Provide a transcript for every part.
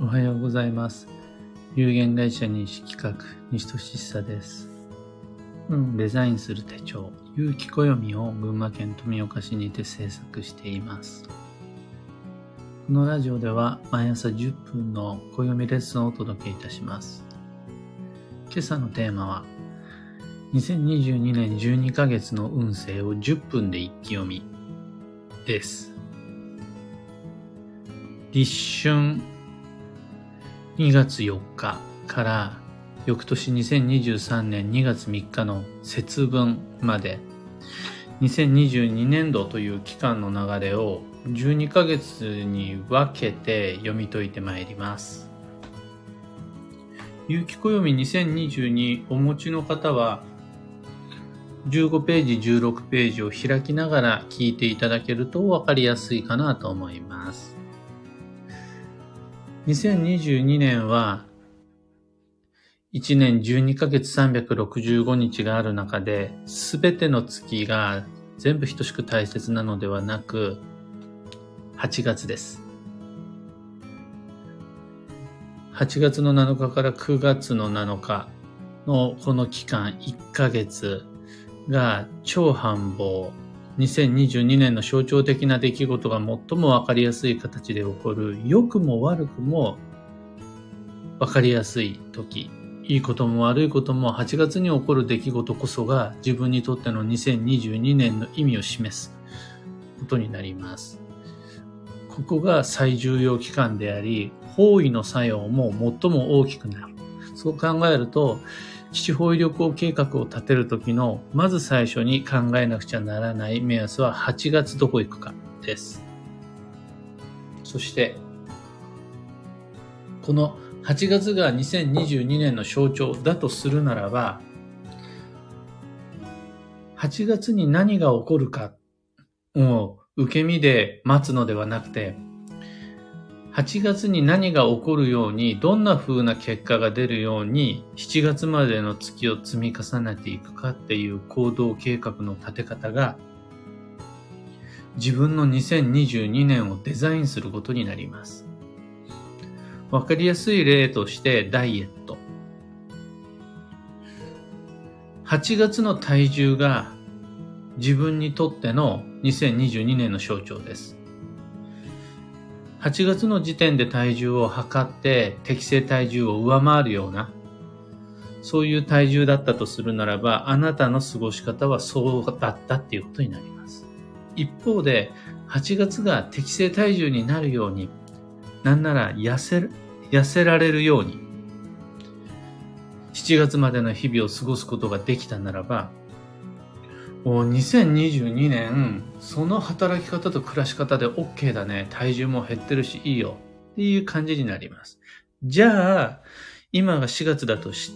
おはようございます。有限会社西企画西俊久です。デザインする手帳有機暦を群馬県富岡市にて制作しています。このラジオでは毎朝10分の暦レッスンをお届けいたします。今朝のテーマは2022年12ヶ月の運勢を10分で一気読みです。立春2月4日から翌年2023年2月3日の節分まで2022年度という期間の流れを12ヶ月に分けて読み解いてまいります。有機暦2022お持ちの方は15ページ16ページを開きながら聞いていただけると分かりやすいかなと思います。2022年は1年12ヶ月365日がある中で、すべての月が全部等しく大切なのではなく、8月です。8月の7日から9月の7日のこの期間1ヶ月が超繁忙、2022年の象徴的な出来事が最もわかりやすい形で起こる、良くも悪くもわかりやすい時、いいことも悪いことも8月に起こる出来事こそが自分にとっての2022年の意味を示すことになります。ここが最重要期間であり、方位の作用も最も大きくなる。そう考えると、基地方位旅行計画を立てるときのまず最初に考えなくちゃならない目安は8月どこ行くかです。そしてこの8月が2022年の象徴だとするならば、8月に何が起こるかを受け身で待つのではなくて、8月に何が起こるように、どんな風な結果が出るように、7月までの月を積み重ねていくかっていう行動計画の立て方が、自分の2022年をデザインすることになります。わかりやすい例としてダイエット。8月の体重が自分にとっての2022年の象徴です。8月の時点で体重を測って適正体重を上回るような、そういう体重だったとするならば、あなたの過ごし方はそうだったっていうことになります。一方で、8月が適正体重になるように、なんなら痩せられるように、7月までの日々を過ごすことができたならば、2022年、その働き方と暮らし方で OK だね。体重も減ってるしいいよ。っていう感じになります。じゃあ、今が4月だとして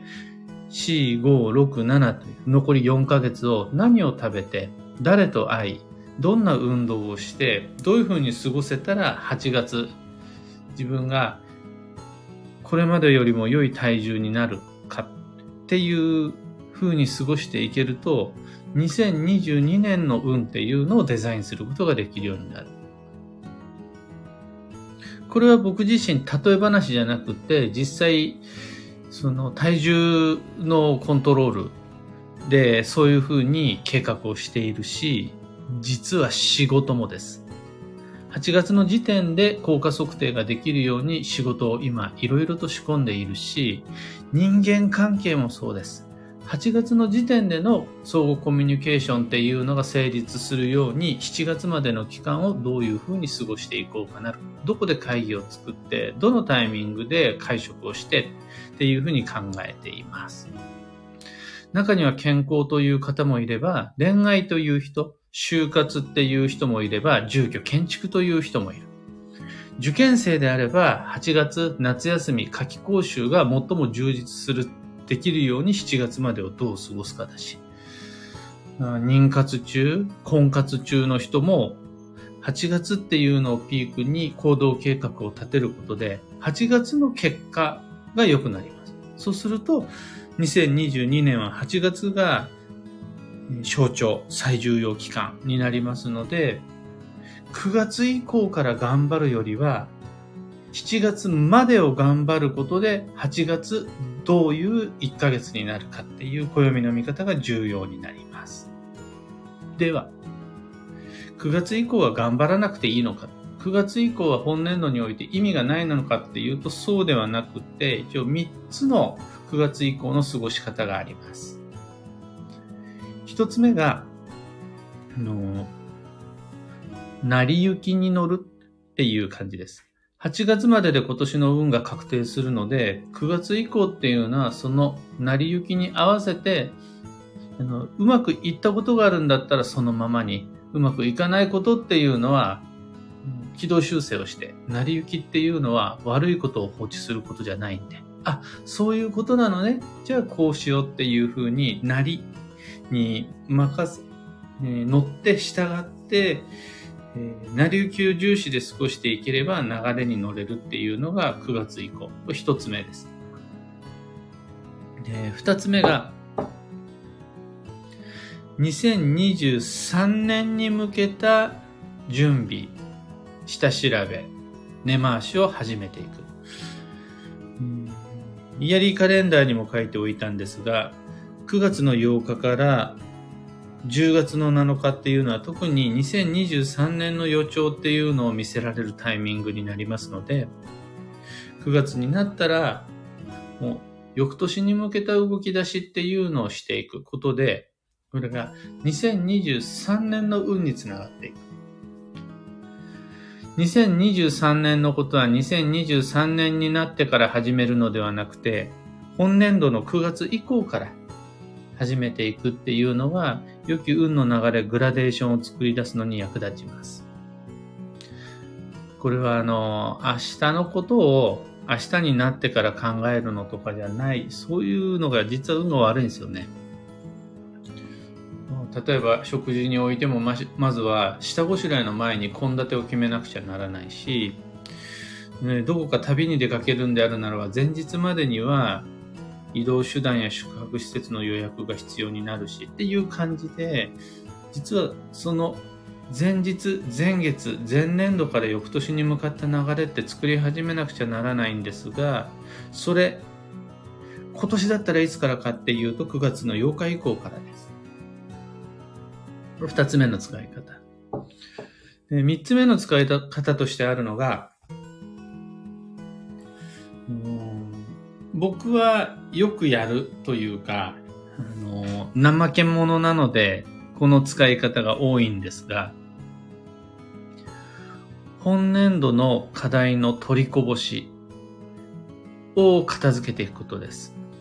、4、5、6、7という残り4ヶ月を何を食べて、誰と会い、どんな運動をして、どういうふうに過ごせたら8月、自分がこれまでよりも良い体重になるかっていうふうに過ごしていけると、2022年の運っていうのをデザインすることができるようになる。これは僕自身例え話じゃなくて、実際その体重のコントロールでそういうふうに計画をしているし、実は仕事もです。8月の時点で効果測定ができるように仕事を今いろいろと仕込んでいるし、人間関係もそうです。8月の時点での相互コミュニケーションっていうのが成立するように、7月までの期間をどういうふうに過ごしていこうかな。どこで会議を作って、どのタイミングで会食をしてっていうふうに考えています。中には健康という方もいれば、恋愛という人、就活っていう人もいれば、住居建築という人もいる。受験生であれば、8月夏休み夏期講習が最も充実できるように7月までをどう過ごすかだし、妊活中、婚活中の人も8月っていうのをピークに行動計画を立てることで、8月の結果が良くなります。そうすると、2022年は8月が象徴、最重要期間になりますので、9月以降から頑張るよりは、 7月までを頑張ることで、8月どういう1ヶ月になるかっていう暦の見方が重要になります。では、9月以降は頑張らなくていいのか。9月以降は本年度において意味がないのかっていうと、そうではなくて、一応3つの9月以降の過ごし方があります。1つ目が、成り行きに乗るっていう感じです。8月までで今年の運が確定するので、9月以降っていうのはその成り行きに合わせて、うまくいったことがあるんだったらそのままに、うまくいかないことっていうのは軌道修正をして、成り行きっていうのは悪いことを放置することじゃないんで、あ、そういうことなのね。じゃあこうしようっていうふうになりに乗って従って、成り行きを重視で過ごしていければ流れに乗れるっていうのが9月以降。これ一つ目です。で、二つ目が、2023年に向けた準備、下調べ、根回しを始めていく。イヤリーカレンダーにも書いておいたんですが、9月の8日から10月の7日っていうのは特に2023年の予兆っていうのを見せられるタイミングになりますので、9月になったらもう翌年に向けた動き出しっていうのをしていくことで、これが2023年の運につながっていく。2023年のことは2023年になってから始めるのではなくて、本年度の9月以降から始めていくっていうのが、良き運の流れ、グラデーションを作り出すのに役立ちます。これは明日のことを明日になってから考えるのとかじゃない、そういうのが実は運が悪いんですよね。例えば食事においてもまずは下ごしらえの前に献立を決めなくちゃならないし、どこか旅に出かけるんであるならば前日までには移動手段や宿泊施設の予約が必要になるしっていう感じで、実はその前日、前月、前年度から翌年に向かった流れって作り始めなくちゃならないんですが、それ今年だったらいつからかっていうと9月の8日以降からです。二つ目の使い方。で、三つ目の使い方としてあるのが、僕はよくやるというか、怠け者なので、この使い方が多いんですが、本年度の課題の取りこぼしを片付けていくことです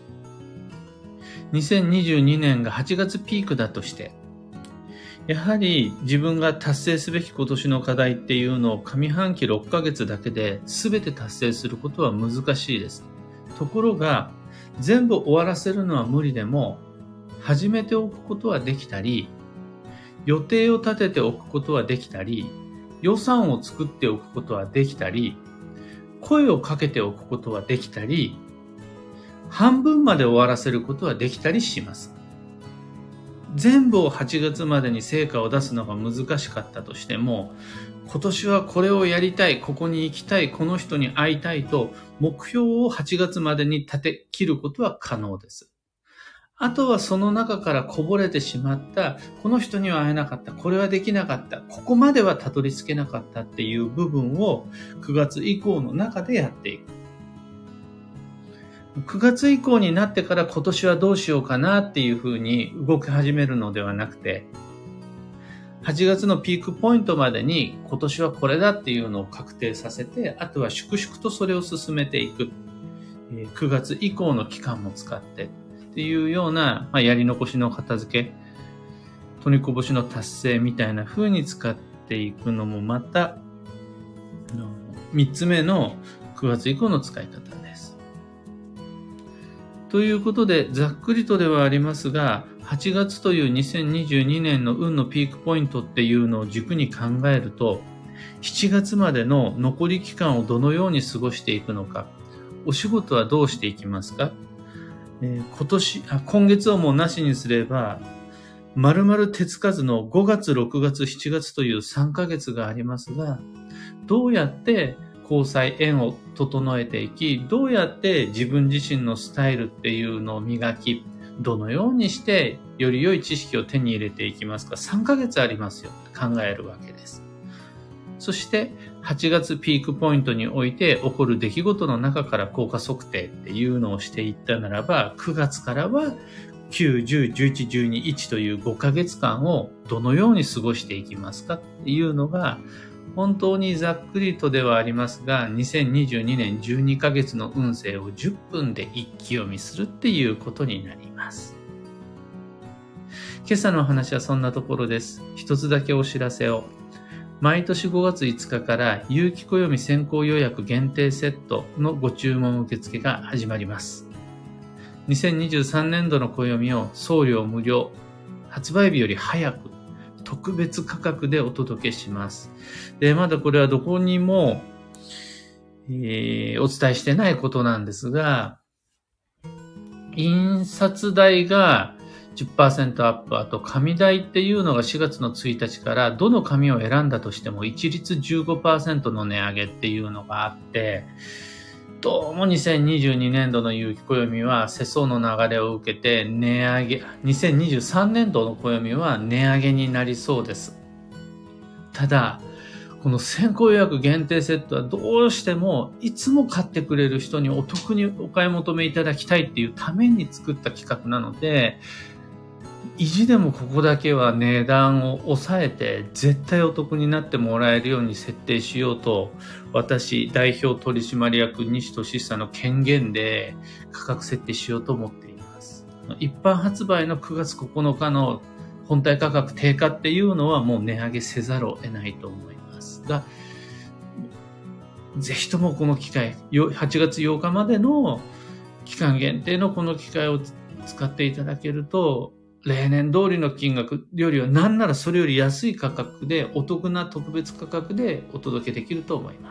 。2022年が8月ピークだとして、やはり自分が達成すべき今年の課題っていうのを上半期6ヶ月だけで全て達成することは難しいです。ところが、全部終わらせるのは無理でも、始めておくことはできたり、予定を立てておくことはできたり、予算を作っておくことはできたり、声をかけておくことはできたり、半分まで終わらせることはできたりします。全部を8月までに成果を出すのが難しかったとしても、今年はこれをやりたい、ここに行きたい、この人に会いたいと、目標を8月までに立て切ることは可能です。あとはその中からこぼれてしまった、この人には会えなかった、これはできなかった、ここまではたどり着けなかったっていう部分を9月以降の中でやっていく。9月以降になってから今年はどうしようかなっていうふうに動き始めるのではなくて、8月のピークポイントまでに今年はこれだっていうのを確定させて、あとは粛々とそれを進めていく。9月以降の期間も使ってっていうような、やり残しの片付け、取りこぼしの達成みたいな風に使っていくのもまた、3つ目の9月以降の使い方です。ということで、ざっくりとではありますが、8月という2022年の運のピークポイントっていうのを軸に考えると、7月までの残り期間をどのように過ごしていくのか、お仕事はどうしていきますか？今月をもうなしにすれば、丸々手つかずの5月、6月、7月という3ヶ月がありますが、どうやって交際、縁を整えていき、どうやって自分自身のスタイルっていうのを磨き、どのようにしてより良い知識を手に入れていきますか。3ヶ月ありますよって考えるわけです。そして8月ピークポイントにおいて起こる出来事の中から効果測定っていうのをしていったならば、9月からは9、10、11、12、1という5ヶ月間をどのように過ごしていきますかっていうのが、本当にざっくりとではありますが、2022年12ヶ月の運勢を10分で一気読みするっていうことになります。今朝の話はそんなところです。一つだけお知らせを。毎年5月5日から有機暦先行予約限定セットのご注文受付が始まります。2023年度の暦を送料無料、発売日より早く特別価格でお届けします。で、まだこれはどこにも、お伝えしてないことなんですが、印刷代が 10% アップ、あと紙代っていうのが4月の1日からどの紙を選んだとしても一律 15% の値上げっていうのがあって、どうも2022年度の有機暦は世相の流れを受けて値上げ、2023年度の暦は値上げになりそうです。ただ、この先行予約限定セットはどうしてもいつも買ってくれる人にお得にお買い求めいただきたいっていうために作った企画なので、意地でもここだけは値段を抑えて絶対お得になってもらえるように設定しようと、私代表取締役西俊久の権限で価格設定しようと思っています。一般発売の9月9日の本体価格低下っていうのはもう値上げせざるを得ないと思いますが、ぜひともこの機会、8月8日までの期間限定のこの機会を使っていただけると、例年通りの金額よりは何ならそれより安い価格でお得な特別価格でお届けできると思います。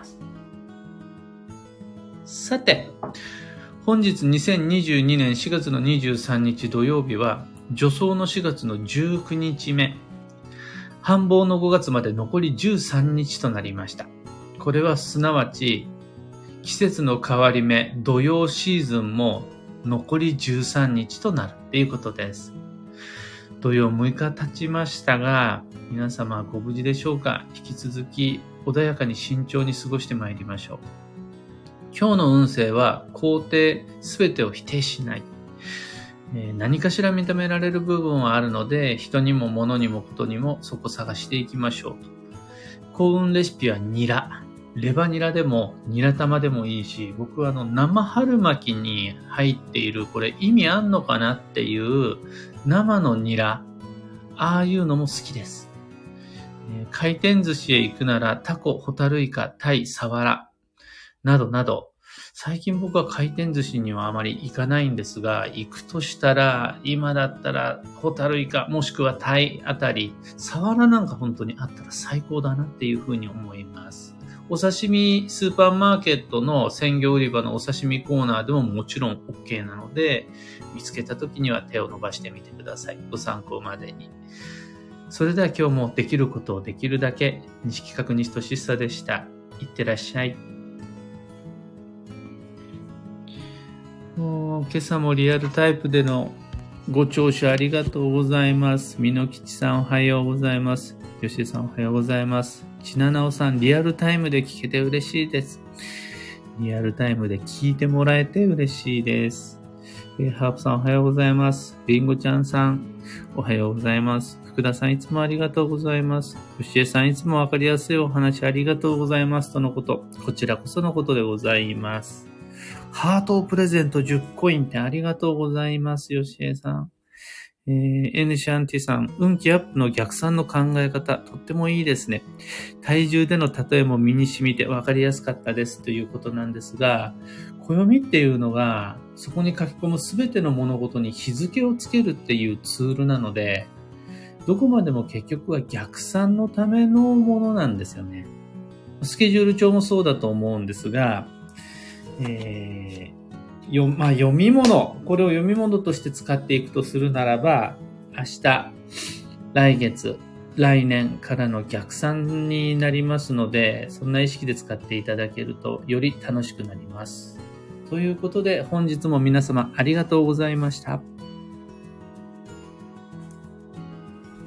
さて、本日2022年4月の23日土曜日は助走の4月の19日目、繁忙の5月まで残り13日となりました。これはすなわち季節の変わり目、土曜シーズンも残り13日となるということです。土曜6日経ちましたが、皆様ご無事でしょうか。引き続き穏やかに慎重に過ごしてまいりましょう。今日の運勢は肯定すべてを否定しない。何かしら認められる部分はあるので、人にも物にもことにもそこ探していきましょう。幸運レシピはニラ。レバニラでもニラ玉でもいいし、僕は生春巻きに入っているこれ意味あんのかなっていう生のニラ、ああいうのも好きです。回転寿司へ行くならタコ、ホタルイカ、タイ、サワラなどなど、最近僕は回転寿司にはあまり行かないんですが、行くとしたら今だったらホタルイカもしくはタイあたり、サワラなんか本当にあったら最高だなっていうふうに思います。お刺身スーパーマーケットの鮮魚売り場のお刺身コーナーでももちろん OK なので、見つけた時には手を伸ばしてみてください。ご参考までに。それでは今日もできることをできるだけ、西企画西俊久でした。いってらっしゃい。今朝もリアルタイプでのご聴取ありがとうございます。美濃吉さんおはようございます。吉江さんおはようございます。ちななおさん、リアルタイムで聞けて嬉しいです。リアルタイムで聞いてもらえて嬉しいです。ハープさんおはようございます。リンゴちゃんさんおはようございます。福田さんいつもありがとうございます。吉江さんいつもわかりやすいお話ありがとうございますとのこと。こちらこそのことでございます。ハートプレゼント10コインってありがとうございます。吉江さん。エヌシャンティさん、運気アップの逆算の考え方、とってもいいですね。体重での例えも身に染みて分かりやすかったですということなんですが、暦っていうのが、そこに書き込むすべての物事に日付をつけるっていうツールなので、どこまでも結局は逆算のためのものなんですよね。スケジュール帳もそうだと思うんですが、読み物、これを読み物として使っていくとするならば、明日、来月、 来年からの逆算になりますので、そんな意識で使っていただけるとより楽しくなります。ということで本日も皆様ありがとうございました。